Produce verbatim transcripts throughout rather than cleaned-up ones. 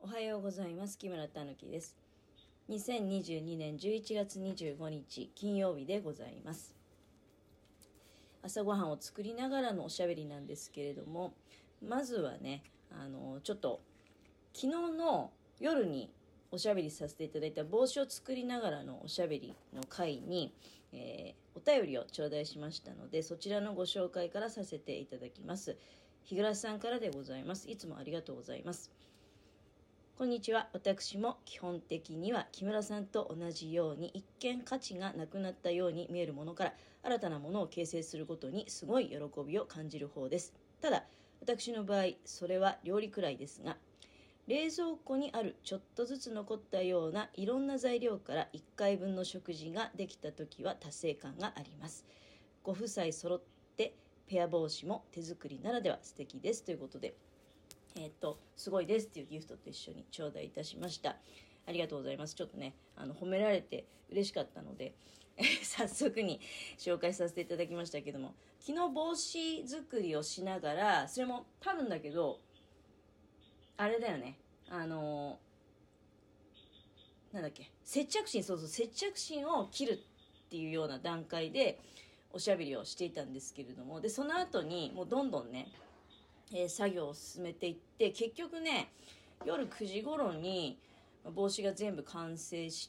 おはようございます。木村たぬきです。にせんにじゅうにねんじゅういちがつにじゅうごにち金曜日でございます。朝ごはんを作りながらのおしゃべりなんですけれども、まずはね、あのちょっと昨日の夜におしゃべりさせていただいた帽子を作りながらのおしゃべりの回に、えー、お便りを頂戴しましたので、そちらのご紹介からさせていただきます。日暮さんからでございます。いつもありがとうございます。こんにちは。私も基本的には木村さんと同じように、一見価値がなくなったように見えるものから新たなものを形成することにすごい喜びを感じる方です。ただ私の場合、それは料理くらいですが、冷蔵庫にあるちょっとずつ残ったようないろんな材料からいっかいぶんの食事ができた時は達成感があります。ご夫妻揃ってペア帽子も手作りならでは素敵です、ということで、えっとすごいですっていうギフトと一緒に頂戴いたしました。ありがとうございます。ちょっとね、あの褒められて嬉しかったので早速に紹介させていただきましたけども、昨日帽子作りをしながら、それも多分だけどあれだよね、あのなんだっけ、接着芯、そうそう、接着芯を切るっていうような段階でおしゃべりをしていたんですけれども、でその後にもうどんどんね、えー、作業を進めていって、結局ね、夜くじ頃に帽子が全部完成して、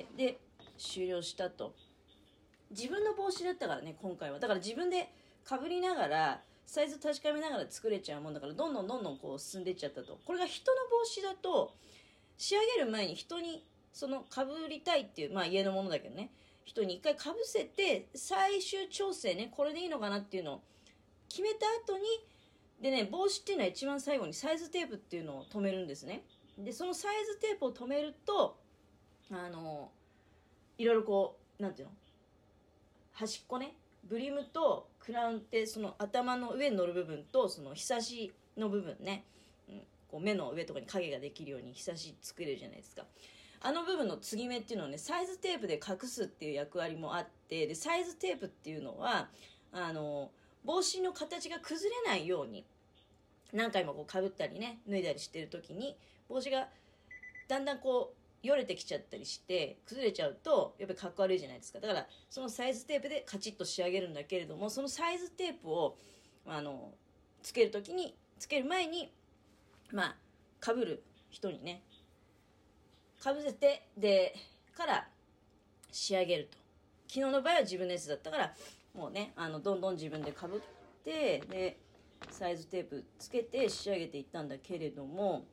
で終了したと。自分の帽子だったからね、今回は。だから自分でかぶりながらサイズ確かめながら作れちゃうもんだから、どんどんどんどんこう進んでいっちゃったと。これが人の帽子だと、仕上げる前に人にそのかぶりたいっていう、まあ家のものだけどね、人に一回かぶせて最終調整ね、これでいいのかなっていうのを決めた後に、でね、帽子っていうのは一番最後にサイズテープっていうのを留めるんですね。でそのサイズテープを留めると、あのいろいろこう、なんていうの、端っこね、ブリムとクラウンってその頭の上に乗る部分とそのひさしの部分ね、うん、こう目の上とかに影ができるようにひさし作れるじゃないですか。あの部分の継ぎ目っていうのをね、サイズテープで隠すっていう役割もあって、でサイズテープっていうのはあの帽子の形が崩れないように、何回もこうかぶったりね、脱いだりしてる時に帽子がだんだんこうよれてきちゃったりして崩れちゃうとやっぱりかっこ悪いじゃないですか。だからそのサイズテープでカチッと仕上げるんだけれども、そのサイズテープをあのつける時に、つける前に、まあかぶる人にねかぶせて、でから仕上げると。昨日の場合は自分のやつだったから、もうね、あのどんどん自分でかぶって、でサイズテープつけて仕上げていったんだけれども、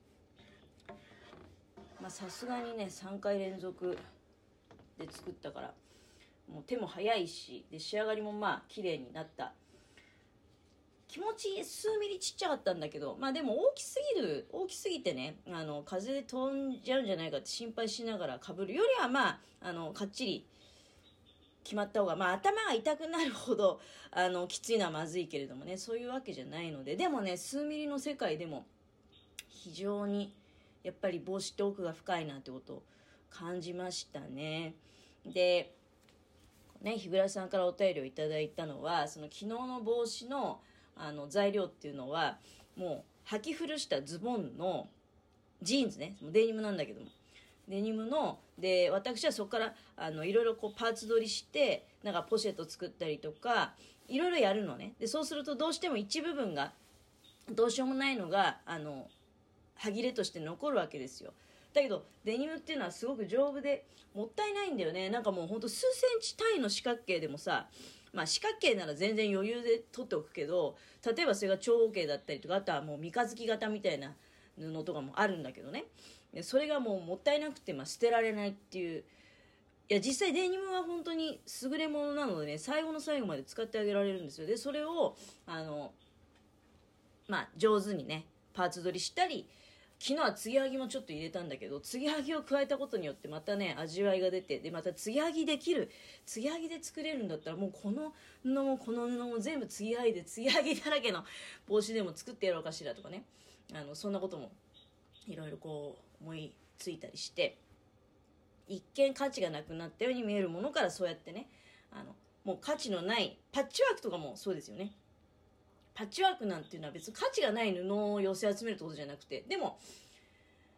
まあさすがにねさんかい連続で作ったから、もう手も早いし、で仕上がりもまあ綺麗になった。気持ち数ミリちっちゃかったんだけど、まあでも大きすぎる大きすぎてね、あの風で飛んじゃうんじゃないかって心配しながらかぶるよりは、まああのかっちり決まった方が、まあ頭が痛くなるほどあのきついのはまずいけれどもね、そういうわけじゃないので。でもね、数ミリの世界でも非常にやっぱり帽子って奥が深いなってことを感じましたね。でね、日暮さんからお便りをいただいたのは、その昨日の帽子のあの材料っていうのは、もう履き古したズボンのジーンズね、デニムなんだけども、デニムので、私はそこからあのいろいろこうパーツ取りして、なんかポシェット作ったりとかいろいろやるのね。でそうするとどうしても一部分がどうしようもないのがあの歯切れとして残るわけですよ。だけどデニムっていうのはすごく丈夫でもったいないんだよね。なんかもうほんと数センチ単位の四角形でもさ、まあ四角形なら全然余裕で取っておくけど、例えばそれが長方形だったりとか、あとはもう三日月型みたいな布とかもあるんだけどね、それがもうもったいなくて、まあ、捨てられないっていう。いや実際デニムは本当に優れものなのでね、最後の最後まで使ってあげられるんですよ。でそれをあのまあ上手にねパーツ取りしたり、昨日は継ぎはぎもちょっと入れたんだけど、継ぎはぎを加えたことによってまたね味わいが出て、でまた継ぎはぎできる、継ぎはぎで作れるんだったら、もうこの布もこの布も全部継ぎはぎで、継ぎはぎだらけの帽子でも作ってやろうかしらとかね、あのそんなこともいろいろこう思いついたりして、一見価値がなくなったように見えるものから、そうやってね、あのもう価値のないパッチワークとかもそうですよね。パッチワークなんていうのは別に価値がない布を寄せ集めるってことじゃなくて、でも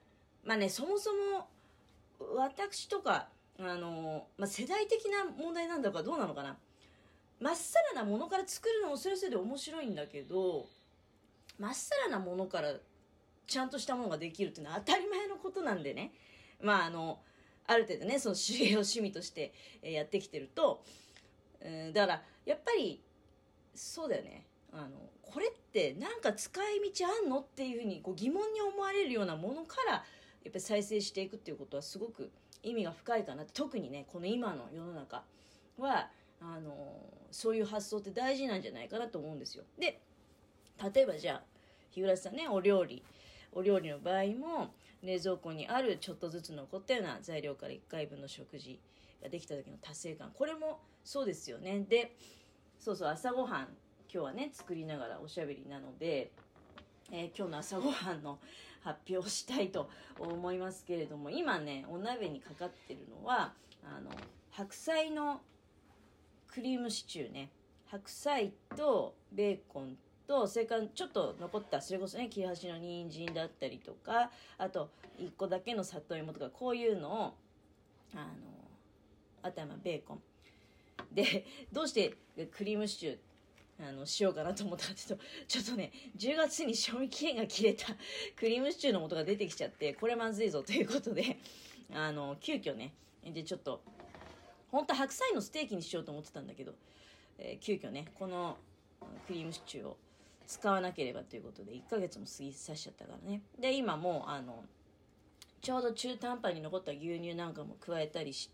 まあね、そもそも私とかあの、まあ、世代的な問題なんだかどうなのかな。まっさらなものから作るのもそれはそれで面白いんだけど、まっさらなものからちゃんとしたものができるっていうのは当たり前のことなんでね。まああのある程度ね、その手芸を趣味としてやってきてると、うん、だからやっぱりそうだよね。あのこれってなんか使い道あんのっていうふうにこう疑問に思われるようなものからやっぱり再生していくっていうことはすごく意味が深いかなって。特にねこの今の世の中はあのそういう発想って大事なんじゃないかなと思うんですよ。で例えばじゃあ日浦さんね、お料理お料理の場合も冷蔵庫にあるちょっとずつ残ったような材料からいっかいぶんの食事ができた時の達成感、これもそうですよね。でそうそう、朝ごはん今日はね作りながらおしゃべりなので、えー、今日の朝ごはんの発表をしたいと思いますけれども、今ねお鍋にかかってるのはあの白菜のクリームシチューね。白菜とベーコンと、それからちょっと残ったそれこそね切れ端の人参だったりとか、あといっこだけの里芋とか、こういうのをあのあとはまあベーコンで、どうしてクリームシチューあのしようかなと思ったかというと、ちょっとねじゅうがつに賞味期限が切れたクリームシチューの素が出てきちゃって、これまずいぞということで、あの急遽ねでちょっと本当は白菜のステーキにしようと思ってたんだけど、えー、急遽ねこのクリームシチューを使わなければということでいっかげつも過ぎさしちゃったからね。で今もうあのちょうど中途半端に残った牛乳なんかも加えたりして、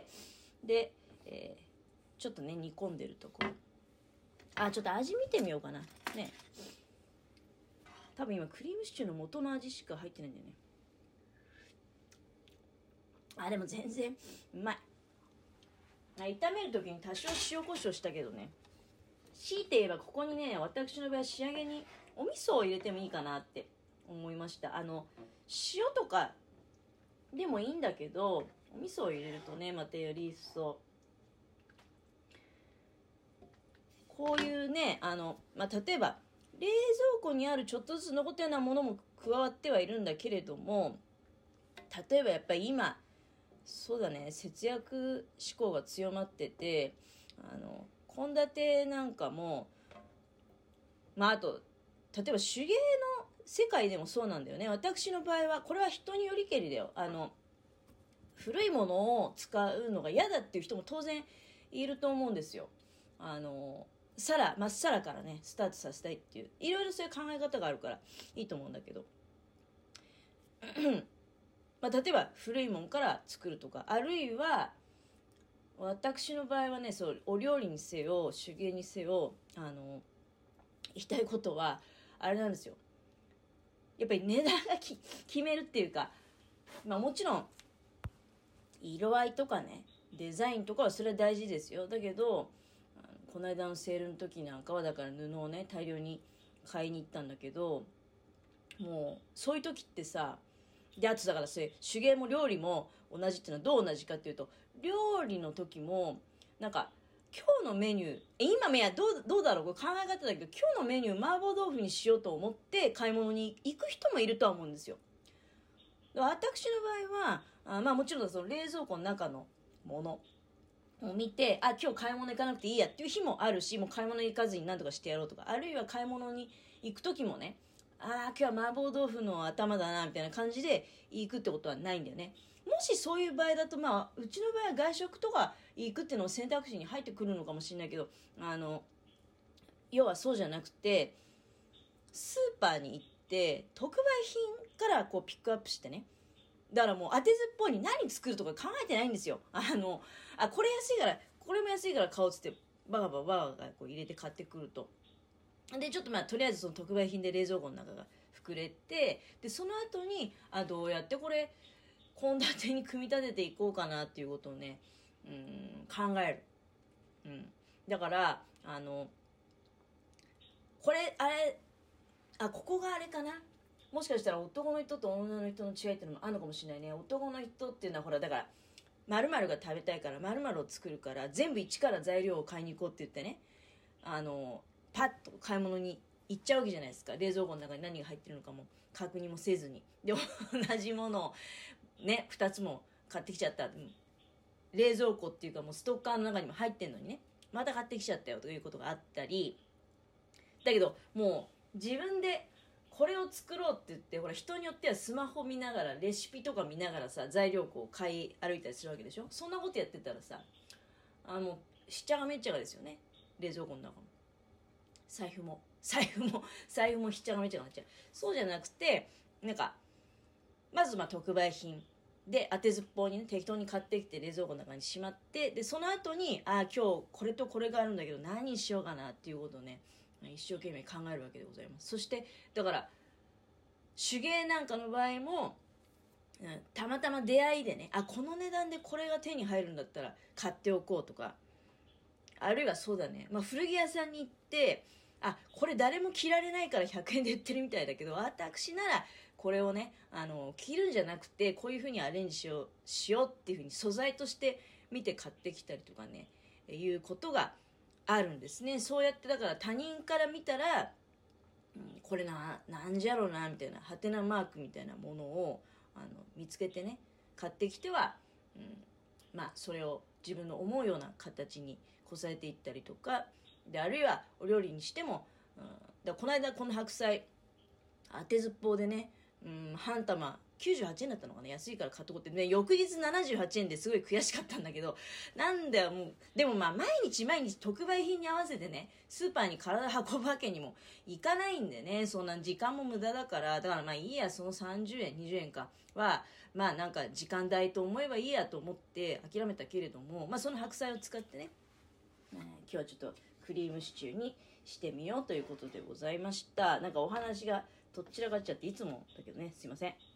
で、えー、ちょっとね煮込んでるところ、あちょっと味見てみようかなね。多分今クリームシチューの元の味しか入ってないんだよね。あでも全然うまい。炒める時に多少塩コショウしたけどね、強いて言えばここにね私の場合仕上げにお味噌を入れてもいいかなって思いました。あの塩とかでもいいんだけど、お味噌を入れるとねまたより一層こういうねあの、まあ、例えば冷蔵庫にあるちょっとずつ残ったようなものも加わってはいるんだけれども、例えばやっぱり今そうだね節約志向が強まってて、あの献立なんかもまああと例えば手芸の世界でもそうなんだよね。私の場合はこれは人によりけりだよ。あの古いものを使うのが嫌だっていう人も当然いると思うんですよ。あのさらまっさらからねスタートさせたいっていういろいろそういう考え方があるからいいと思うんだけどまあ、例えば古いもんから作るとか、あるいは私の場合はねそうお料理にせよ手芸にせよあの言いたいことはあれなんですよ。やっぱり値段がき決めるっていうか、まあ、もちろん色合いとかねデザインとかはそれは大事ですよ。だけどこの間のセールの時なんかはだから布をね大量に買いに行ったんだけど、もうそういう時ってさ、であとだからそういう手芸も料理も同じっていうのはどう同じかっていうと、料理の時もなんか今日のメニュー今めやどうどうだろうこれ考え方だけど、今日のメニュー麻婆豆腐にしようと思って買い物に行く人もいるとは思うんですよ。私の場合はあまあもちろんその冷蔵庫の中のものを見て、あ今日買い物行かなくていいやっていう日もあるし、もう買い物行かずに何とかしてやろうとか、あるいは買い物に行く時もね、ああ今日は麻婆豆腐の頭だなみたいな感じで行くってことはないんだよね。もしそういう場合だと、まあうちの場合は外食とか行くっていうのを選択肢に入ってくるのかもしれないけど、あの要はそうじゃなくてスーパーに行って特売品からこうピックアップしてね、だからもう当てずっぽいに何作るとか考えてないんですよ。あのあこれ安いからこれも安いから買おうっつってバカバカバカがこう入れて買ってくると、でちょっとまあとりあえずその特売品で冷蔵庫の中が膨れて、でその後にあどうやってこれ献立に組み立てていこうかなっていうことをね、うん、考える、うん、だからあのこれあれあここがあれかな、もしかしたら男の人と女の人の違いっていうのもあるのかもしれないね。男の人っていうのはほらだから〇〇が食べたいから〇〇を作るから全部一から材料を買いに行こうって言ってね、あのパッと買い物に行っちゃうわけじゃないですか。冷蔵庫の中に何が入ってるのかも確認もせずに。で、同じものをね、ふたつも買ってきちゃった。冷蔵庫っていうかもうストッカーの中にも入ってんのにね、また買ってきちゃったよということがあったり、だけどもう自分でこれを作ろうって言って、ほら人によってはスマホ見ながらレシピとか見ながらさ、材料こう買い歩いたりするわけでしょ。そんなことやってたらさ、あのしっちゃがめっちゃがですよね、冷蔵庫の中も財布も財布も財布もひっちゃがめっちゃがなっちゃう。そうじゃなくて、なんかまずまあ特売品で当てずっぽうにね適当に買ってきて冷蔵庫の中にしまって、でその後にああ今日これとこれがあるんだけど何にしようかなっていうことをね一生懸命考えるわけでございます。そしてだから手芸なんかの場合も、うん、たまたま出会いでね、あこの値段でこれが手に入るんだったら買っておこうとか、あるいはそうだね、まあ、古着屋さんに行って、あこれ誰も着られないからひゃくえんで売ってるみたいだけど、私ならこれをねあの着るんじゃなくてこういう風にアレンジしようしようっていう風に素材として見て買ってきたりとかねいうことがあるんですね。そうやってだから他人から見たら、うん、これななんじゃろうなみたいなハテナマークみたいなものをあの見つけてね買ってきては、うん、まあそれを自分の思うような形にこさえていったりとかで、あるいはお料理にしても、うん、だこの間この白菜当てずっぽうでね、うん、半玉きゅうじゅうはちえんだったのかな、安いから買っとこうってね、翌日ななじゅうはちえんですごい悔しかったんだけど、なんだよもう、でもまあ毎日毎日特売品に合わせてねスーパーに体運ぶわけにもいかないんでね、そんな時間も無駄だから、だからまあいいや、そのさんじゅうえんにじゅうえんかはまあなんか時間代と思えばいいやと思って諦めたけれども、まあその白菜を使ってね、えー今日はちょっとクリームシチューにしてみようということでございました。なんかお話がとっちらかっちゃっていつもだけどね、すいません。